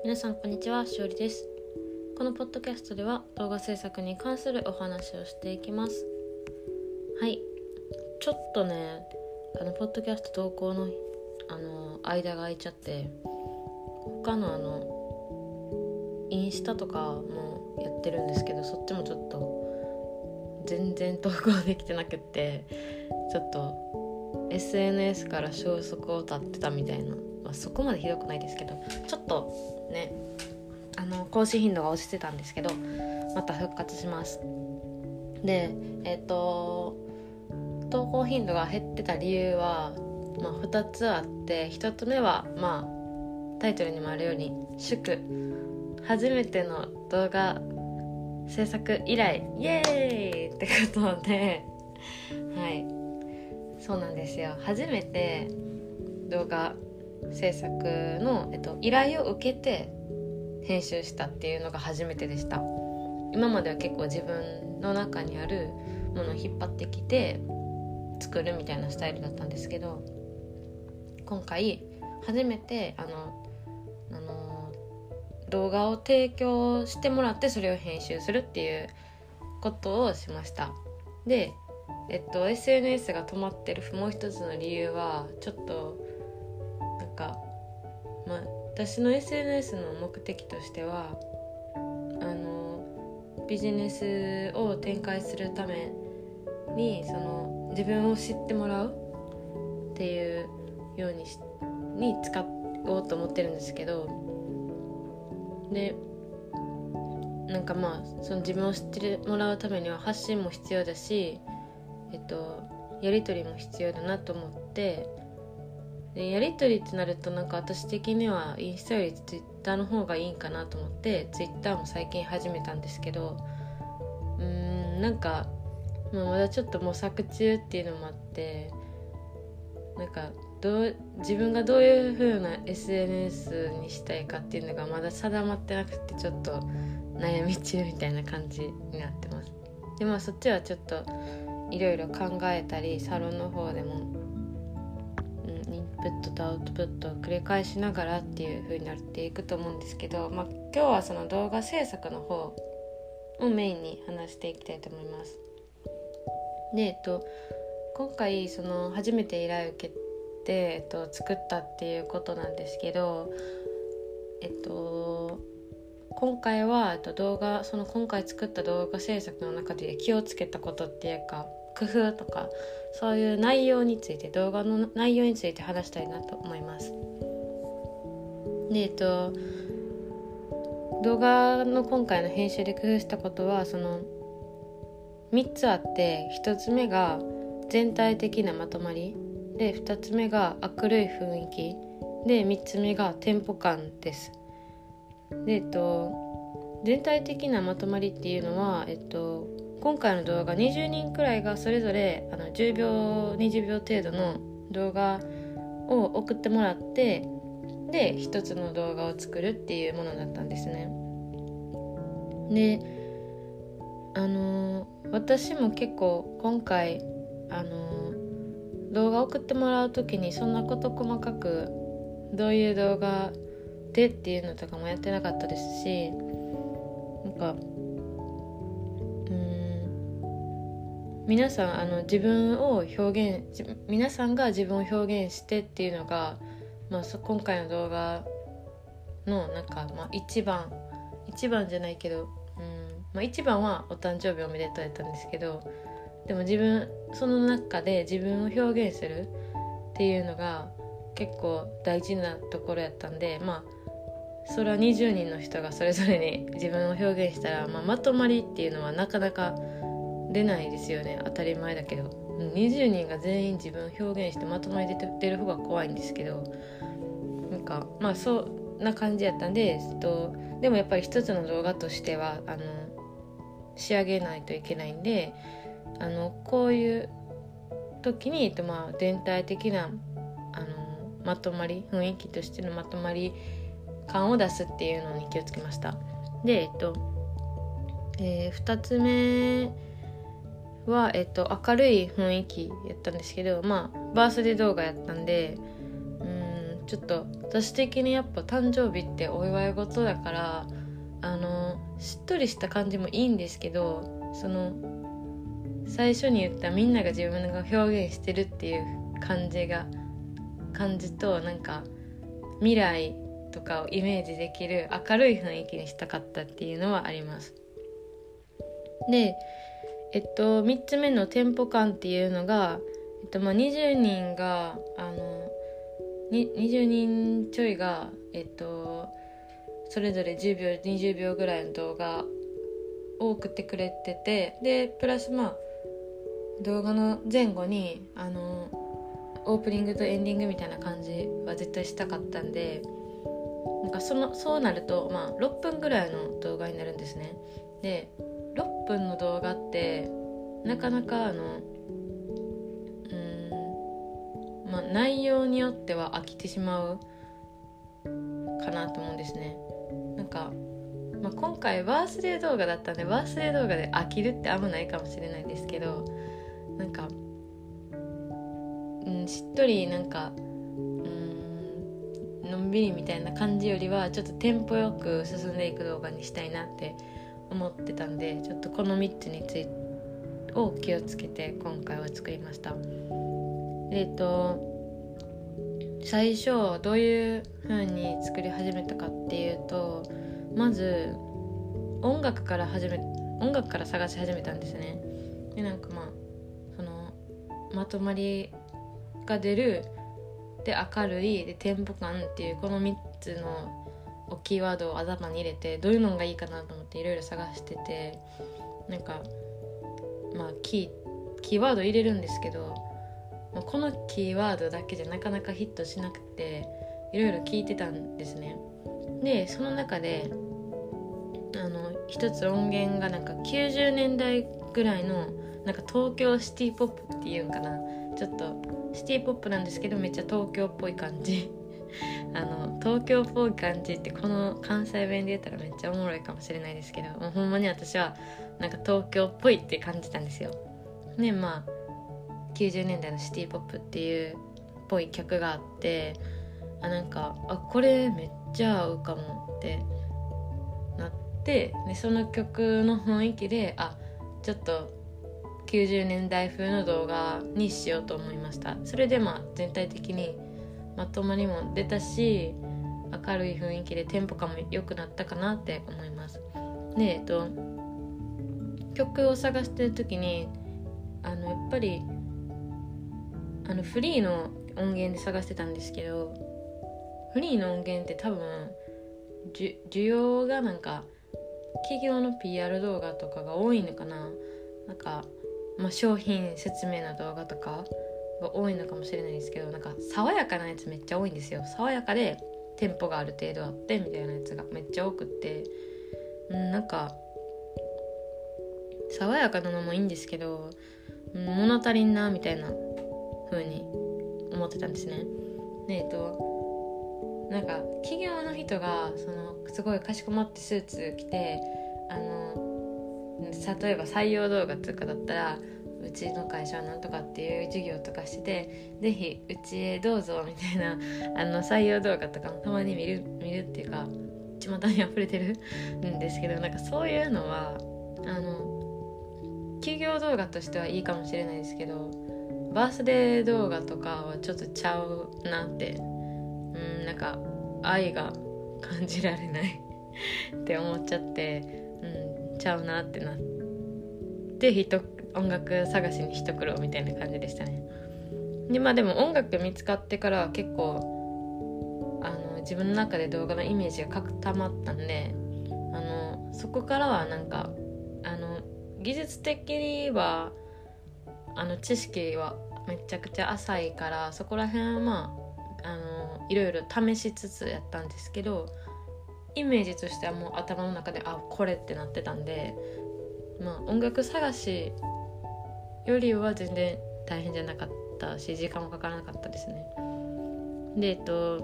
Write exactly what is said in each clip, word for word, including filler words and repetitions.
皆さんこんにちは、しおりです。このポッドキャストでは動画制作に関するお話をしていきます。はい、ちょっとねあのポッドキャスト投稿のあの間が空いちゃって、他のあのインスタとかもやってるんですけど、そっちもちょっと全然投稿できてなくって、ちょっと エスエヌエス から消息を絶ってたみたいな、まあ、そこまでひどくないですけど、ちょっとねあの更新頻度が落ちてたんですけど、また復活します。でえっ、と投稿頻度が減ってた理由は、まあ、ふたつあって、ひとつめは、まあ、タイトルにもあるように祝初めての動画制作以来イエーイってことで、はいそうなんですよ。初めて動画制作の、えっと、依頼を受けて編集したっていうのが初めてでした。今までは結構自分の中にあるものを引っ張ってきて作るみたいなスタイルだったんですけど、今回初めてあの、あの動画を提供してもらってそれを編集するっていうことをしました。で、えっと、エスエヌエス が止まってるもう一つの理由は、ちょっとなんか、まあ、私の エスエヌエス の目的としては、あのビジネスを展開するためにその自分を知ってもらうっていうようにしに使おうと思ってるんですけど、でなんかまあその自分を知ってもらうためには発信も必要だし、えっとやり取りも必要だなと思って、でやり取りってなると、なんか私的にはインスタよりツイッターの方がいいんかなと思ってツイッターも最近始めたんですけど、うーんなんか、まあ、まだちょっと模索中っていうのもあって、なんかどう自分がどういう風な エスエヌエス にしたいかっていうのがまだ定まってなくて、ちょっと悩み中みたいな感じになってます。でまあそっちはちょっといろいろ考えたり、サロンの方でも、うん、インプットとアウトプットを繰り返しながらっていう風になっていくと思うんですけど、まあ、今日はその動画制作の方をメインに話していきたいと思います。で、えっと、今回その初めて依頼を受けて、えっと、作ったっていうことなんですけど、えっと今回は、えっと、動画その今回作った動画制作の中で気をつけたことっていうか、工夫とかそういう内容について、動画の内容について話したいなと思います。で、えっと動画の今回の編集で工夫したことはそのみっつあって、ひとつめが全体的なまとまりで、ふたつめが明るい雰囲気で、みっつめがテンポ感です。で、えっと、全体的なまとまりっていうのは、えっと、今回の動画にじゅうにんくらいがそれぞれあのじゅうびょうにじゅうびょう程度の動画を送ってもらって、で一つの動画を作るっていうものだったんですね。であの私も結構今回あの動画送ってもらうときにそんなこと細かくどういう動画でっていうのとかもやってなかったですし、なんかうーん皆さんあの自分を表現皆さんが自分を表現してっていうのが、まあ、今回の動画のなんか、まあ、一番一番じゃないけど、うんまあ、一番はお誕生日おめでとうやったんですけど、でも自分その中で自分を表現するっていうのが結構大事なところやったんで、まあそれはにじゅうにんの人がそれぞれに自分を表現したら、まあ、まとまりっていうのはなかなか出ないですよね。当たり前だけどにじゅうにんが全員自分を表現してまとまり出て出る方が怖いんですけど、なんかまあそんな感じやったんで、えっと、でもやっぱり一つの動画としてはあの仕上げないといけないんで、あのこういう時に、えっとまあ、全体的なあのまとまり雰囲気としてのまとまり感を出すっていうのに気をつけました。で、えっとえー、ふたつめは、えっと、明るい雰囲気やったんですけど、まあバースデー動画やったんで、うーんちょっと私的にやっぱ誕生日ってお祝い事だから、あのしっとりした感じもいいんですけど、その最初に言ったみんなが自分が表現してるっていう感じが感じと、なんか未来とかをイメージできる明るい雰囲気にしたかったっていうのはあります。で、えっとみっつめのテンポ感っていうのが、えっとまあ、にじゅうにんがあのににじゅうにんちょいがえっとそれぞれじゅうびょうにじゅうびょうぐらいの動画を送ってくれてて、でプラスまあ動画の前後にあのオープニングとエンディングみたいな感じは絶対したかったんで、なんかそのそうなると、まあ、ろっぷんぐらいの動画になるんですね。でろっぷんの動画ってなかなかあのうーん、まあ、内容によっては飽きてしまうかなと思うんですね。なんか、まあ、今回バースデー動画だったんで、バースデー動画で飽きるってあんまないかもしれないですけど、なんか、うん、しっとりなんかうーんのんびりみたいな感じよりはちょっとテンポよく進んでいく動画にしたいなって思ってたんで、ちょっとこのみっつについてを気をつけて今回は作りました。えっと最初どういう風に作り始めたかっていうと、まず音楽から始め音楽から探し始めたんですね。でなんかまあそのまとまりが出るで明るいでテンポ感っていうこのみっつのキーワードを頭に入れて、どういうのがいいかなと思っていろいろ探してて、なんかまあキーキーワード入れるんですけど、このキーワードだけじゃなかなかヒットしなくていろいろ聞いてたんですね。でその中であの一つ音源がなんかきゅうじゅうねんだいぐらいのなんか東京シティポップっていうんかな、ちょっとシティポップなんですけどめっちゃ東京っぽい感じあの東京っぽい感じってこの関西弁で言ったらめっちゃおもろいかもしれないですけど、もうほんまに私はなんか東京っぽいって感じたんですよ。でまあきゅうじゅうねんだいのシティポップっていうっぽい曲があって、あなんかあこれめっちゃ合うかもってなって、でその曲の雰囲気であちょっときゅうじゅうねんだい風の動画にしようと思いました。それでまあ全体的にまとまりも出たし明るい雰囲気でテンポ感も良くなったかなって思います。でえっと曲を探してる時にあのやっぱりあのフリーの音源で探してたんですけど、フリーの音源って多分需要がなんか企業の ピーアール 動画とかが多いのかな、なんか、まあ、商品説明の動画とかが多いのかもしれないですけど、なんか爽やかなやつめっちゃ多いんですよ。爽やかでテンポがある程度あってみたいなやつがめっちゃ多くって、うん、なんか爽やかなのもいいんですけど、うん、物足りんなみたいな風に思ってたんですね。でえっとなんか企業の人がそのすごいかしこまってスーツ着て、あの例えば採用動画とかだったらうちの会社はなんとかっていう授業とかしてて、ぜひうちへどうぞみたいなあの採用動画とかもたまに見る見るっていうか巷に溢れてるんですけど、なんかそういうのはあの企業動画としてはいいかもしれないですけど、バースデー動画とかはちょっとちゃうなって、うん、なんか愛が感じられないって思っちゃって、うん、ちゃうなってなって人音楽探しに一苦労みたいな感じでしたね。でまあでも音楽見つかってからは結構あの自分の中で動画のイメージが固まったんで、あのそこからはなんかあの技術的にはあの知識はめちゃくちゃ浅いから、そこら辺はまああのいろいろ試しつつやったんですけど、イメージとしてはもう頭の中であこれってなってたんで、まあ音楽探しよりは全然大変じゃなかったし時間もかからなかったですね。でえっと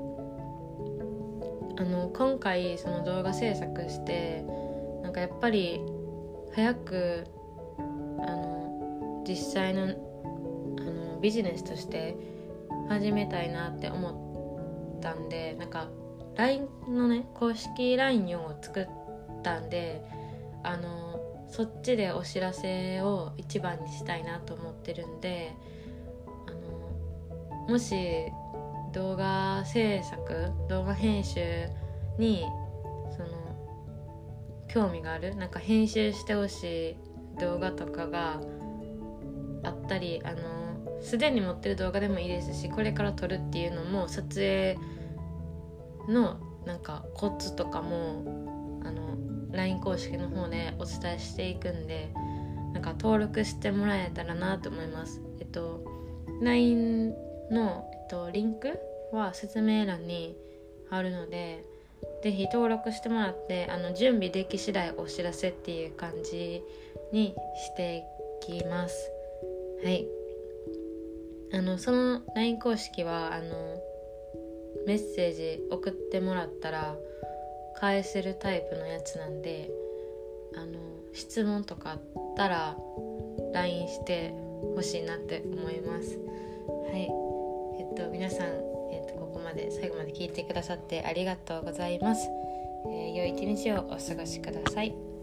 あの今回その動画制作してなんかやっぱり早くあの実際の、あのビジネスとして始めたいなって思ったんで、なんか ライン のね公式 ライン を作ったんで、あのそっちでお知らせを一番にしたいなと思ってるんで、あのもし動画制作動画編集にその興味がある、なんか編集してほしい動画とかがあったり、あのすでに持ってる動画でもいいですし、これから撮るっていうのも撮影のなんかコツとかもあの ライン 公式の方でお伝えしていくんで、なんか登録してもらえたらなと思います。えっと ライン の、えっと、リンクは説明欄に貼るので、ぜひ登録してもらって、あの準備でき次第お知らせっていう感じにしていきます。はい。あのその ライン 公式はあのメッセージ送ってもらったら返せるタイプのやつなんで、あの質問とかあったら ライン してほしいなって思います。はい。えっと皆さん、えっと、ここまで最後まで聞いてくださってありがとうございます。えー、良い一日をお過ごしください。